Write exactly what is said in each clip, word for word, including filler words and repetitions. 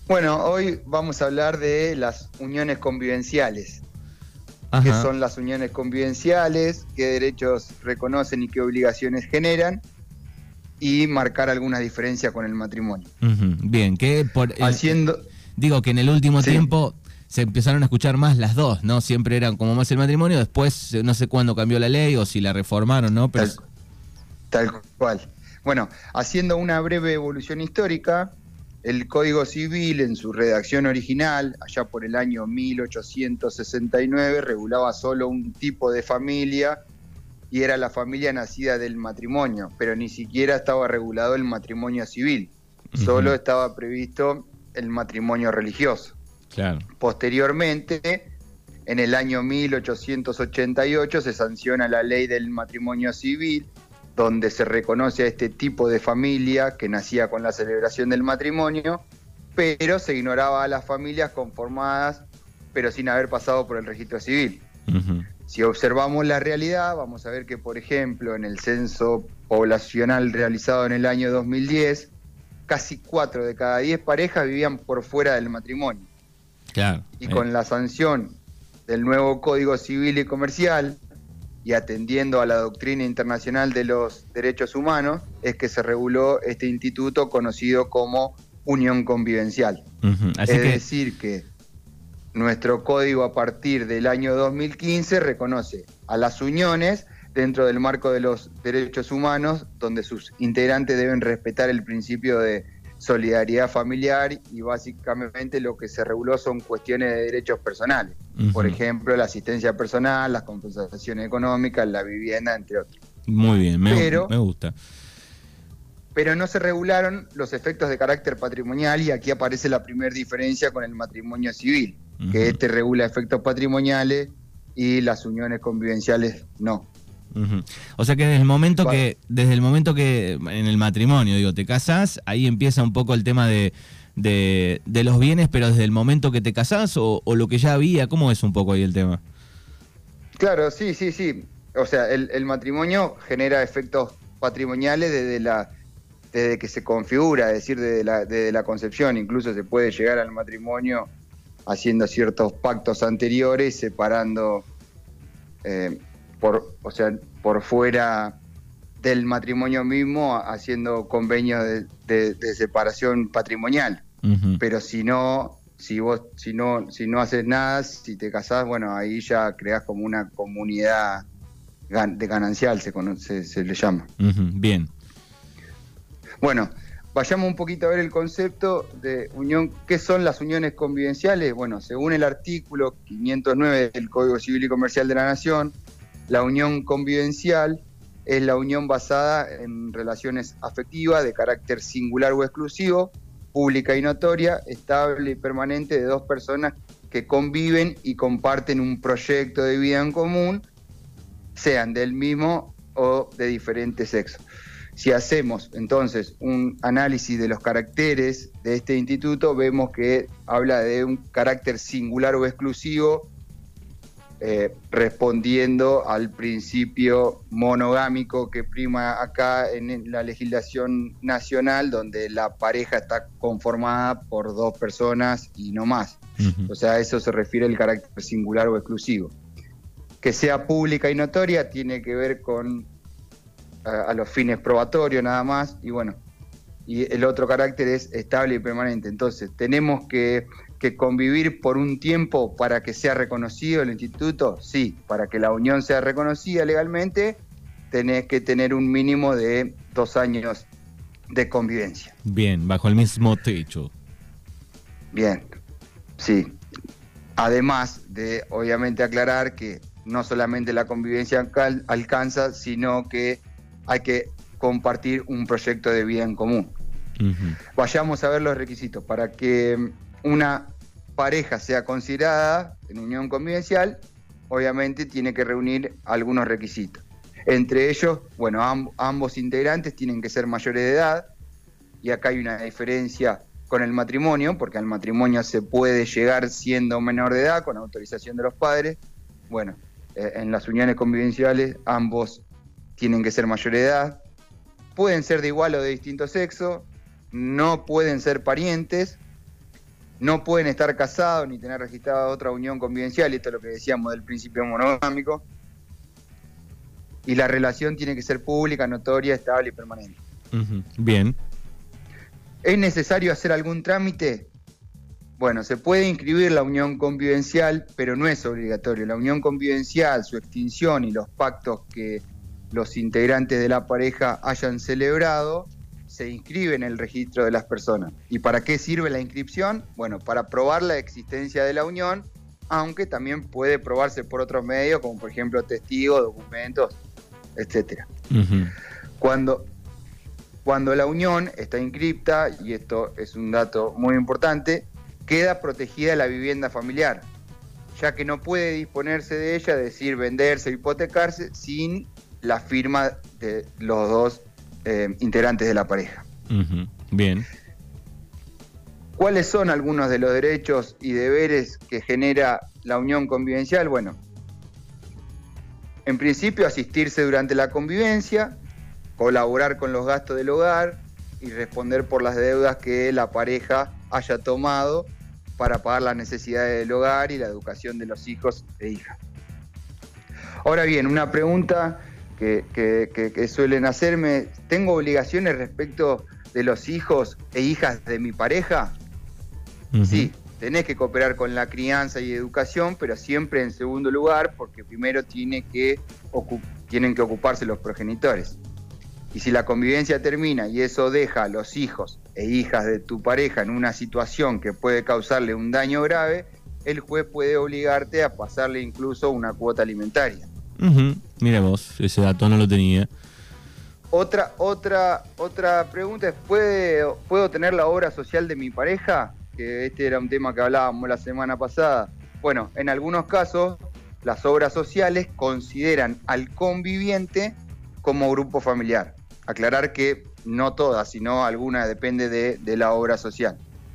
Bueno, hoy vamos a hablar de las uniones convivenciales. Ajá. ¿Qué son las uniones convivenciales? ¿Qué derechos reconocen y qué obligaciones generan? Y marcar alguna diferencia con el matrimonio. Uh-huh. Bien, que por el, Haciendo... digo que en el último Sí. tiempo se empezaron a escuchar más las dos, ¿no? Siempre eran como más el matrimonio, después no sé cuándo cambió la ley o si la reformaron, ¿no? Pero... Tal, tal cual. Bueno, haciendo una breve evolución histórica, el Código Civil en su redacción original, allá por el año mil ochocientos sesenta y nueve, regulaba solo un tipo de familia y era la familia nacida del matrimonio, pero ni siquiera estaba regulado el matrimonio civil, uh-huh. Solo estaba previsto el matrimonio religioso. Claro. Posteriormente, en el año mil ochocientos ochenta y ocho se sanciona la ley del matrimonio civil, donde se reconoce a este tipo de familia que nacía con la celebración del matrimonio, pero se ignoraba a las familias conformadas, pero sin haber pasado por el registro civil. Uh-huh. Si observamos la realidad, vamos a ver que, por ejemplo, en el censo poblacional realizado en el año dos mil diez, casi cuatro de cada diez parejas vivían por fuera del matrimonio. Claro. Y con eh. la sanción del nuevo Código Civil y Comercial, y atendiendo a la doctrina internacional de los derechos humanos, es que se reguló este instituto conocido como unión convivencial. Uh-huh. Así es que... decir que nuestro código a partir del año dos mil quince reconoce a las uniones dentro del marco de los derechos humanos, donde sus integrantes deben respetar el principio de solidaridad familiar y básicamente lo que se reguló son cuestiones de derechos personales. Uh-huh. Por ejemplo, la asistencia personal, las compensaciones económicas, la vivienda, entre otros. Muy bien, me, pero, me gusta. Pero no se regularon los efectos de carácter patrimonial y aquí aparece la primera diferencia con el matrimonio civil, uh-huh. que este regula efectos patrimoniales y las uniones convivenciales no. Uh-huh. O sea que desde el momento bueno. que desde el momento que en el matrimonio digo te casás, ahí empieza un poco el tema de, de, de los bienes, pero desde el momento que te casás o, o lo que ya había, ¿cómo es un poco ahí el tema? Claro, sí, sí, sí. O sea, el, el matrimonio genera efectos patrimoniales desde la desde que se configura, es decir, desde la, desde la concepción. Incluso se puede llegar al matrimonio haciendo ciertos pactos anteriores, separando eh, por, o sea, por fuera del matrimonio mismo, haciendo convenios de, de, de separación patrimonial. Uh-huh. Pero si no, si vos, si no, si no haces nada, si te casás, bueno, ahí ya creás como una comunidad de ganancial, se conoce, se le llama. Uh-huh. Bien. Bueno, vayamos un poquito a ver el concepto de unión. ¿Qué son las uniones convivenciales? Bueno, según el artículo quinientos nueve del Código Civil y Comercial de la Nación, la unión convivencial es la unión basada en relaciones afectivas de carácter singular o exclusivo, pública y notoria, estable y permanente de dos personas que conviven y comparten un proyecto de vida en común, sean del mismo o de diferente sexo. Si hacemos entonces un análisis de los caracteres de este instituto, vemos que habla de un carácter singular o exclusivo, eh, respondiendo al principio monogámico que prima acá en la legislación nacional, donde la pareja está conformada por dos personas y no más. Uh-huh. O sea, a eso se refiere el carácter singular o exclusivo. Que sea pública y notoria tiene que ver con a los fines probatorios nada más, y bueno, y el otro carácter es estable y permanente. Entonces, tenemos que, que convivir por un tiempo para que sea reconocido el instituto, sí, para que la unión sea reconocida legalmente, tenés que tener un mínimo de dos años de convivencia. Bien, bajo el mismo techo. Bien, sí. Además de, obviamente, aclarar que no solamente la convivencia alcal- alcanza, sino que hay que compartir un proyecto de vida en común. Uh-huh. Vayamos a ver los requisitos. Para que una pareja sea considerada en unión convivencial, obviamente tiene que reunir algunos requisitos. Entre ellos, bueno, amb- ambos integrantes tienen que ser mayores de edad, y acá hay una diferencia con el matrimonio, porque al matrimonio se puede llegar siendo menor de edad, con autorización de los padres. Bueno, eh, en las uniones convivenciales ambos tienen que ser mayores de edad, pueden ser de igual o de distinto sexo, no pueden ser parientes, no pueden estar casados ni tener registrada otra unión convivencial, y esto es lo que decíamos del principio monogámico, y la relación tiene que ser pública, notoria, estable y permanente. Uh-huh. Bien. ¿Es necesario hacer algún trámite? Bueno, se puede inscribir la unión convivencial, pero no es obligatorio. La unión convivencial, su extinción y los pactos que los integrantes de la pareja hayan celebrado, se inscribe en el registro de las personas. ¿Y para qué sirve la inscripción? Bueno, para probar la existencia de la unión, aunque también puede probarse por otros medios, como por ejemplo testigos, documentos, etcétera. Uh-huh. Cuando, cuando la unión está inscripta, y esto es un dato muy importante, queda protegida la vivienda familiar, ya que no puede disponerse de ella, es decir, venderse, hipotecarse, sin la firma de los dos eh, integrantes de la pareja. Uh-huh. Bien. ¿Cuáles son algunos de los derechos y deberes que genera la unión convivencial? Bueno, en principio, asistirse durante la convivencia, colaborar con los gastos del hogar y responder por las deudas que la pareja haya tomado para pagar las necesidades del hogar y la educación de los hijos e hijas. Ahora bien, una pregunta que, que, que, que suelen hacerme: ¿tengo obligaciones respecto de los hijos e hijas de mi pareja? Uh-huh. Sí, tenés que cooperar con la crianza y educación, pero siempre en segundo lugar, porque primero tiene que ocup- tienen que ocuparse los progenitores. Y si la convivencia termina y eso deja a los hijos e hijas de tu pareja en una situación que puede causarle un daño grave, el juez puede obligarte a pasarle incluso una cuota alimentaria. Uh-huh. Mira vos, ese dato no lo tenía. Otra, otra, otra pregunta es: ¿puedo, ¿puedo tener la obra social de mi pareja? Que este era un tema que hablábamos la semana pasada. Bueno, en algunos casos, las obras sociales consideran al conviviente como grupo familiar. Aclarar que no todas, sino algunas, depende de, de la obra social.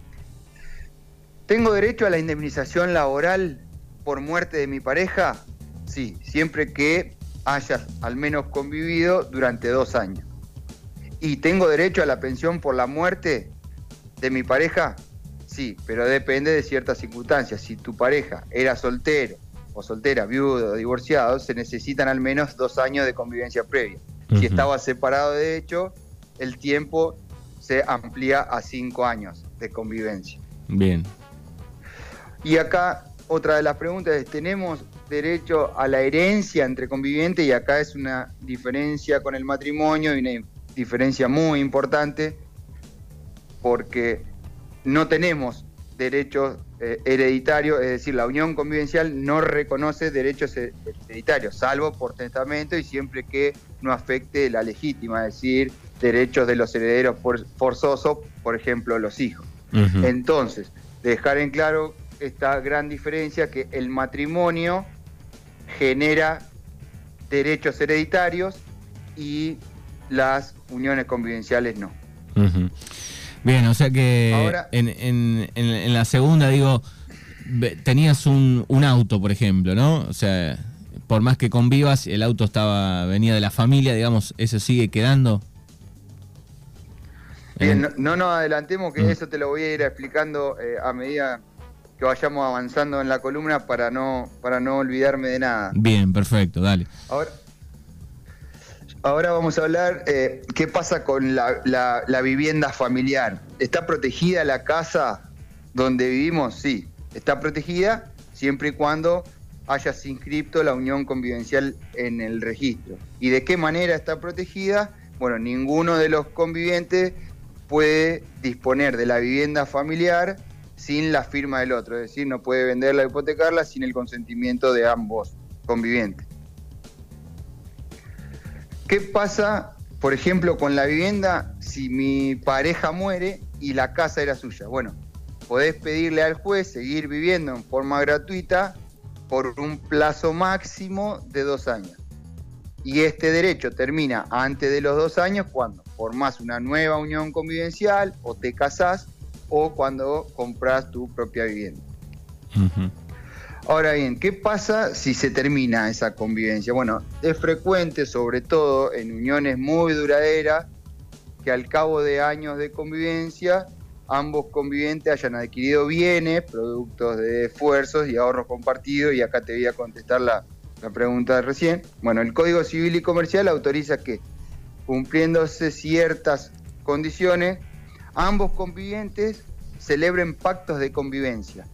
¿Tengo derecho a la indemnización laboral por muerte de mi pareja? Sí, siempre que hayas al menos convivido durante dos años. ¿Y tengo derecho a la pensión por la muerte de mi pareja? Sí, pero depende de ciertas circunstancias. Si tu pareja era soltero o soltera, viudo o divorciado, se necesitan al menos dos años de convivencia previa. Uh-huh. Si estaba separado, de hecho, el tiempo se amplía a cinco años de convivencia. Bien. Y acá otra de las preguntas es: ¿tenemos derecho a la herencia entre convivientes? Y acá es una diferencia con el matrimonio, y una diferencia muy importante, porque no tenemos derechos eh, hereditarios, es decir, la unión convivencial no reconoce derechos hereditarios, salvo por testamento y siempre que no afecte la legítima, es decir, derechos de los herederos for, forzosos, por ejemplo, los hijos. Uh-huh. Entonces, dejar en claro esta gran diferencia, que el matrimonio genera derechos hereditarios y las uniones convivenciales no. Uh-huh. Bien, o sea que ahora, en, en, en, en la segunda, digo, tenías un, un auto, por ejemplo, ¿no? O sea, por más que convivas, el auto estaba venía de la familia, digamos, ¿eso sigue quedando? Bien, no, no nos adelantemos, que mm. eso te lo voy a ir explicando eh, a medida que vayamos avanzando en la columna para no, para no olvidarme de nada. Bien, perfecto, dale. Ahora... Ahora vamos a hablar eh, qué pasa con la, la, la vivienda familiar. ¿Está protegida la casa donde vivimos? Sí, está protegida siempre y cuando hayas inscripto la unión convivencial en el registro. ¿Y de qué manera está protegida? Bueno, ninguno de los convivientes puede disponer de la vivienda familiar sin la firma del otro, es decir, no puede venderla o hipotecarla sin el consentimiento de ambos convivientes. ¿Qué pasa, por ejemplo, con la vivienda si mi pareja muere y la casa era suya? Bueno, podés pedirle al juez seguir viviendo en forma gratuita por un plazo máximo de dos años. Y este derecho termina antes de los dos años cuando formás una nueva unión convivencial o te casás o cuando compras tu propia vivienda. Uh-huh. Ahora bien, ¿qué pasa si se termina esa convivencia? Bueno, es frecuente, sobre todo en uniones muy duraderas, que al cabo de años de convivencia ambos convivientes hayan adquirido bienes, productos de esfuerzos y ahorros compartidos, y acá te voy a contestar la, la pregunta de recién. Bueno, el Código Civil y Comercial autoriza que, cumpliéndose ciertas condiciones, ambos convivientes celebren pactos de convivencia,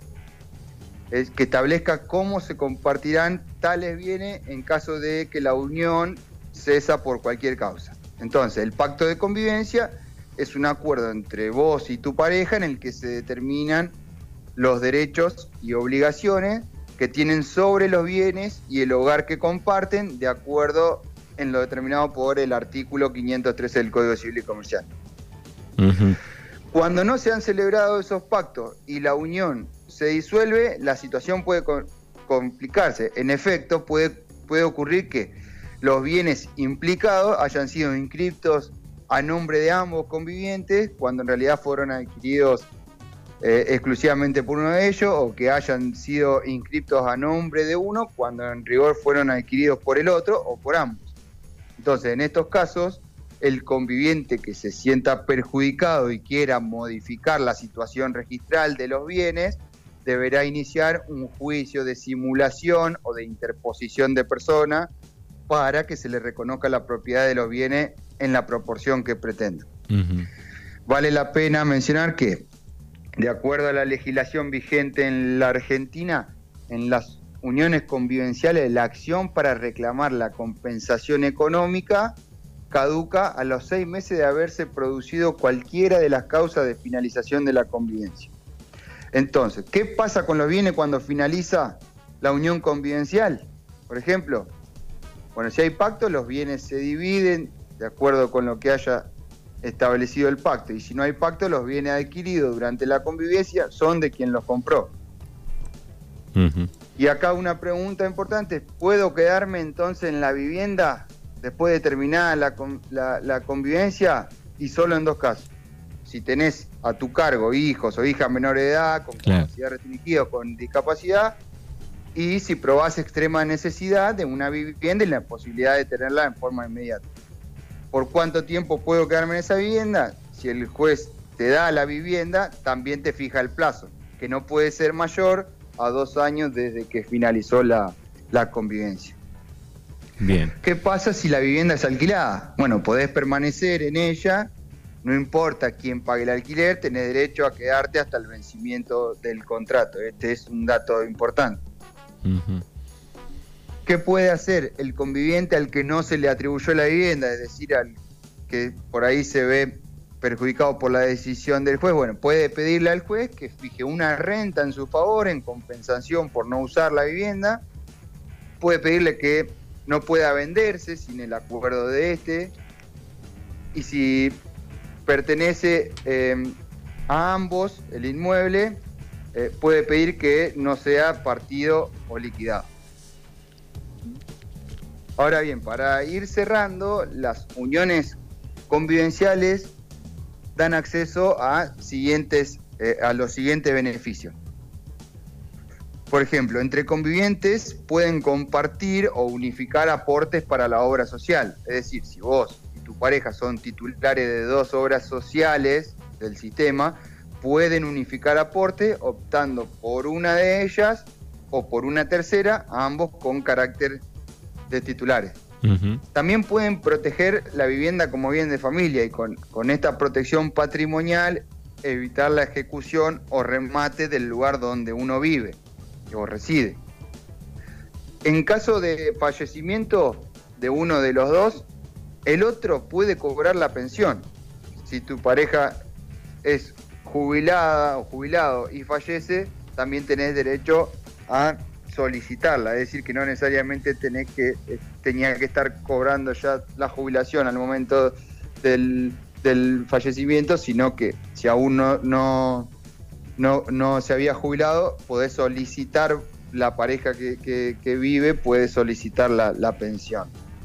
es que establezca cómo se compartirán tales bienes en caso de que la unión cesa por cualquier causa. Entonces, el pacto de convivencia es un acuerdo entre vos y tu pareja en el que se determinan los derechos y obligaciones que tienen sobre los bienes y el hogar que comparten, de acuerdo en lo determinado por el artículo quinientos trece del Código Civil y Comercial. Uh-huh. Cuando no se han celebrado esos pactos y la unión se disuelve, la situación puede co- complicarse. En efecto, puede, puede ocurrir que los bienes implicados hayan sido inscriptos a nombre de ambos convivientes, cuando en realidad fueron adquiridos eh, exclusivamente por uno de ellos, o que hayan sido inscriptos a nombre de uno, cuando en rigor fueron adquiridos por el otro o por ambos. Entonces, en estos casos, el conviviente que se sienta perjudicado y quiera modificar la situación registral de los bienes, deberá iniciar un juicio de simulación o de interposición de persona para que se le reconozca la propiedad de los bienes en la proporción que pretenda. Uh-huh. Vale la pena mencionar que, de acuerdo a la legislación vigente en la Argentina, en las uniones convivenciales, la acción para reclamar la compensación económica caduca a los seis meses de haberse producido cualquiera de las causas de finalización de la convivencia. Entonces, ¿qué pasa con los bienes cuando finaliza la unión convivencial? Por ejemplo, bueno, si hay pacto, los bienes se dividen de acuerdo con lo que haya establecido el pacto, y si no hay pacto, los bienes adquiridos durante la convivencia son de quien los compró. Uh-huh. Y acá una pregunta importante: ¿puedo quedarme entonces en la vivienda después de terminar la, la, la convivencia? Y solo en dos casos: si tenés a tu cargo hijos o hijas menores de edad, con claro. capacidad restringida o con discapacidad, y si probás extrema necesidad de una vivienda y la posibilidad de tenerla en forma inmediata. ¿Por cuánto tiempo puedo quedarme en esa vivienda? Si el juez te da la vivienda, también te fija el plazo, que no puede ser mayor a dos años desde que finalizó la, la convivencia. Bien. ¿Qué pasa si la vivienda es alquilada? Bueno, podés permanecer en ella, no importa quién pague el alquiler, tenés derecho a quedarte hasta el vencimiento del contrato. Este es un dato importante. Uh-huh. ¿Qué puede hacer el conviviente al que no se le atribuyó la vivienda? Es decir, al que por ahí se ve perjudicado por la decisión del juez. Bueno, puede pedirle al juez que fije una renta en su favor en compensación por no usar la vivienda. Puede pedirle que no pueda venderse sin el acuerdo de este. Y si pertenece eh, a ambos el inmueble, eh, puede pedir que no sea partido o liquidado. Ahora bien, para ir cerrando, las uniones convivenciales dan acceso a, siguientes, eh, a los siguientes beneficios. Por ejemplo, entre convivientes pueden compartir o unificar aportes para la obra social. Es decir, si vos y tu pareja son titulares de dos obras sociales del sistema, pueden unificar aportes optando por una de ellas o por una tercera, ambos con carácter de titulares. Uh-huh. También pueden proteger la vivienda como bien de familia y con, con esta protección patrimonial evitar la ejecución o remate del lugar donde uno vive o reside. En caso de fallecimiento de uno de los dos, el otro puede cobrar la pensión. Si tu pareja es jubilada o jubilado y fallece, también tenés derecho a solicitarla, es decir, que no necesariamente tenés que, tenía que estar cobrando ya la jubilación al momento del, del fallecimiento, sino que si aún no, no, no, no se había jubilado, podés solicitar, la pareja que, que, que vive puede solicitar la, la pensión.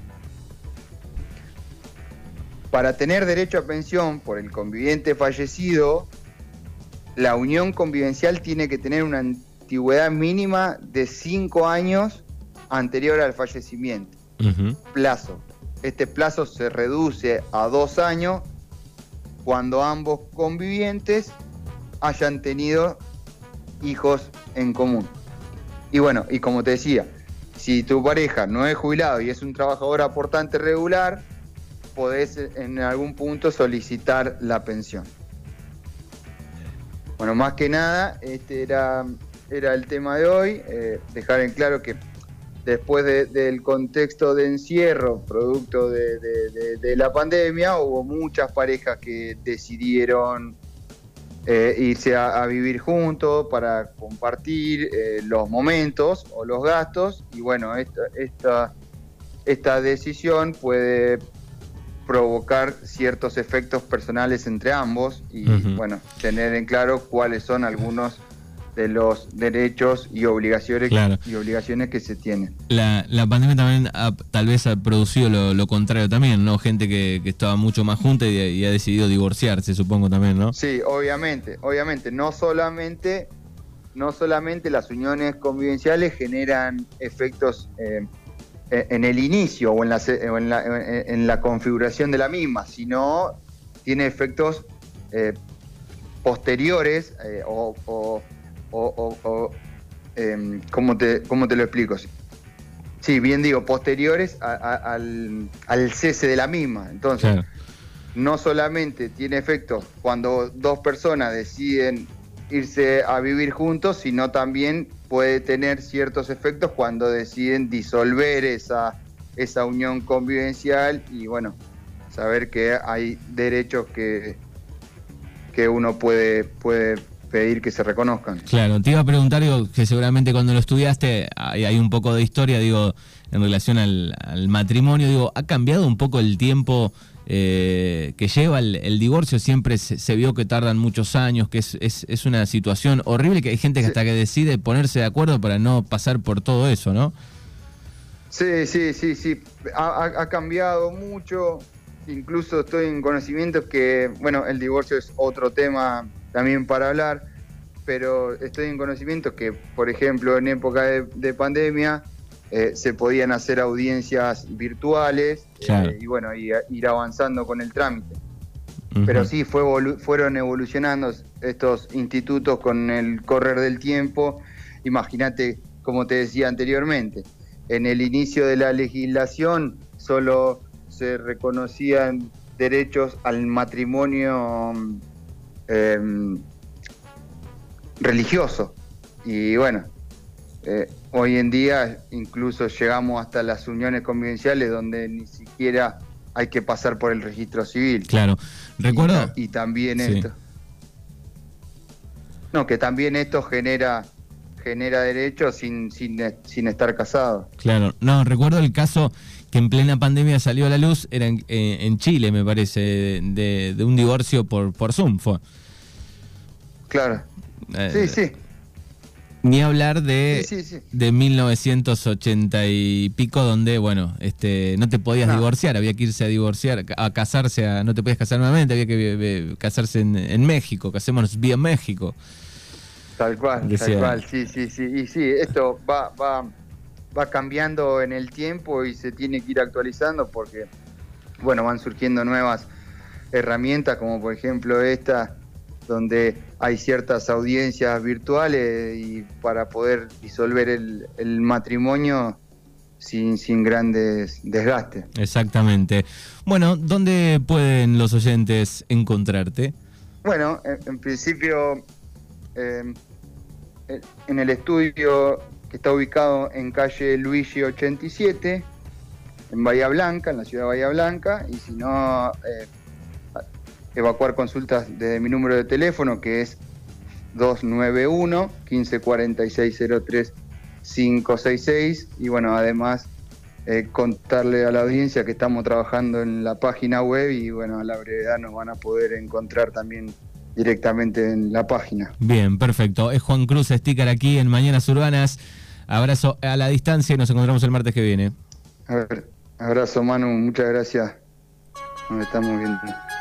Para tener derecho a pensión por el conviviente fallecido, la unión convivencial tiene que tener una antigüedad mínima de cinco años anterior al fallecimiento. Uh-huh. Plazo. Este plazo se reduce a dos años cuando ambos convivientes hayan tenido hijos en común. Y bueno, y como te decía, si tu pareja no es jubilado y es un trabajador aportante regular, podés en algún punto solicitar la pensión. Bueno, más que nada, este era, era el tema de hoy, eh, dejar en claro que después de, del contexto de encierro, producto de, de, de, de la pandemia, hubo muchas parejas que decidieron eh, irse a, a vivir juntos para compartir eh, los momentos o los gastos, y bueno, esta, esta, esta decisión puede provocar ciertos efectos personales entre ambos y uh-huh. bueno, tener en claro cuáles son algunos de los derechos y obligaciones, claro. y obligaciones que se tienen. La, la pandemia también ha, tal vez ha producido lo, lo contrario también, ¿no? Gente que, que estaba mucho más junta y, y ha decidido divorciarse, supongo también, ¿no? Sí, obviamente, obviamente. No solamente, no solamente las uniones convivenciales generan efectos eh, en el inicio o en la, o en, la, en la configuración de la misma, sino tiene efectos eh, posteriores eh, o... o O, o, o eh, ¿cómo, te, ¿cómo te lo explico? Sí, bien digo, posteriores a, a, al, al cese de la misma. Entonces, claro. no solamente tiene efectos cuando dos personas deciden irse a vivir juntos, sino también puede tener ciertos efectos cuando deciden disolver esa, esa unión convivencial y, bueno, saber que hay derechos que, que uno puede... puede pedir que se reconozcan. Claro, te iba a preguntar, digo, que seguramente cuando lo estudiaste hay, hay un poco de historia, digo, en relación al, al matrimonio, digo, ¿ha cambiado un poco el tiempo eh, que lleva el, el divorcio? Siempre se, se vio que tardan muchos años, que es, es, es una situación horrible, que hay gente que sí. hasta que decide ponerse de acuerdo para no pasar por todo eso, ¿no? Sí, sí, sí, sí, ha, ha cambiado mucho, incluso estoy en conocimiento que, bueno, el divorcio es otro tema también para hablar, pero estoy en conocimiento que, por ejemplo, en época de, de pandemia eh, se podían hacer audiencias virtuales, claro. eh, y bueno, y, ir avanzando con el trámite. Uh-huh. Pero sí, fue evolu- fueron evolucionando estos institutos con el correr del tiempo. Imagínate, como te decía anteriormente, en el inicio de la legislación solo se reconocían derechos al matrimonio Eh, religioso y bueno, eh, hoy en día incluso llegamos hasta las uniones convivenciales donde ni siquiera hay que pasar por el registro civil. Claro, recuerdo. Y, y también sí. esto. No, que también esto genera genera derechos sin, sin, sin estar casado. Claro, no, recuerdo el caso que en plena pandemia salió a la luz, era en, eh, en Chile, me parece, de, de un divorcio por, por Zoom, fue. Claro, eh, sí, sí. Ni hablar de, sí, sí, sí. de mil novecientos ochenta y pico, donde, bueno, este no te podías no. divorciar, había que irse a divorciar, a casarse, a, no te podías casar nuevamente, había que eh, casarse en, en México, casémonos vía México. Tal cual, Decía. tal cual, sí, sí, sí. Y sí, esto va, va, va cambiando en el tiempo y se tiene que ir actualizando porque, bueno, van surgiendo nuevas herramientas, como por ejemplo esta, donde hay ciertas audiencias virtuales y para poder disolver el, el matrimonio sin, sin grandes desgastes. Exactamente. Bueno, ¿dónde pueden los oyentes encontrarte? Bueno, en, en principio... Eh, en el estudio que está ubicado en calle Luigi ochenta y siete, en Bahía Blanca, en la ciudad de Bahía Blanca, y si no, eh, evacuar consultas desde mi número de teléfono, que es dos nueve uno, uno cinco cuatro seis cero tres cinco seis seis, y bueno, además eh, contarle a la audiencia que estamos trabajando en la página web y bueno, a la brevedad nos van a poder encontrar también directamente en la página. Bien, perfecto. Es Juan Cruz Estícar aquí en Mañanas Urbanas. Abrazo a la distancia y nos encontramos el martes que viene. A ver, abrazo, Manu, muchas gracias. Nos estamos viendo.